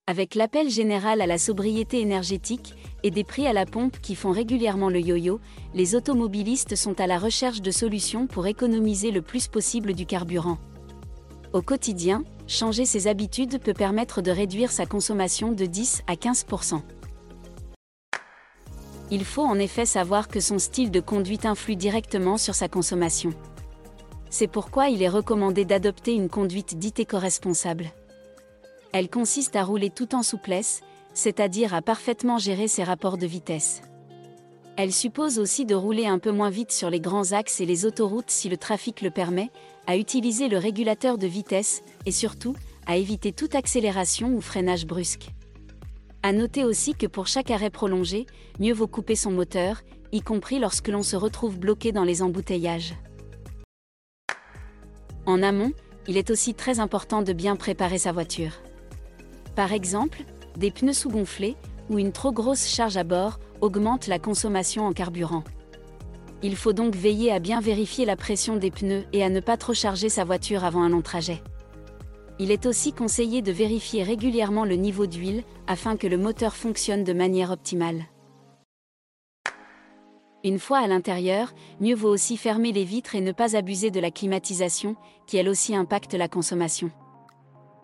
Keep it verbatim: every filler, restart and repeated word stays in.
Avec l'appel général à la sobriété énergétique et des prix à la pompe qui font régulièrement le yo-yo, les automobilistes sont à la recherche de solutions pour économiser le plus possible du carburant. Au quotidien, changer ses habitudes peut permettre de réduire sa consommation de dix à quinze pour cent. Il faut en effet savoir que son style de conduite influe directement sur sa consommation. C'est pourquoi il est recommandé d'adopter une conduite dite éco-responsable. Elle consiste à rouler tout en souplesse, c'est-à-dire à parfaitement gérer ses rapports de vitesse. Elle suppose aussi de rouler un peu moins vite sur les grands axes et les autoroutes si le trafic le permet, à utiliser le régulateur de vitesse, et surtout, à éviter toute accélération ou freinage brusque. À noter aussi que pour chaque arrêt prolongé, mieux vaut couper son moteur, y compris lorsque l'on se retrouve bloqué dans les embouteillages. En amont, il est aussi très important de bien préparer sa voiture. Par exemple, des pneus sous-gonflés ou une trop grosse charge à bord augmentent la consommation en carburant. Il faut donc veiller à bien vérifier la pression des pneus et à ne pas trop charger sa voiture avant un long trajet. Il est aussi conseillé de vérifier régulièrement le niveau d'huile afin que le moteur fonctionne de manière optimale. Une fois à l'intérieur, mieux vaut aussi fermer les vitres et ne pas abuser de la climatisation, qui elle aussi impacte la consommation.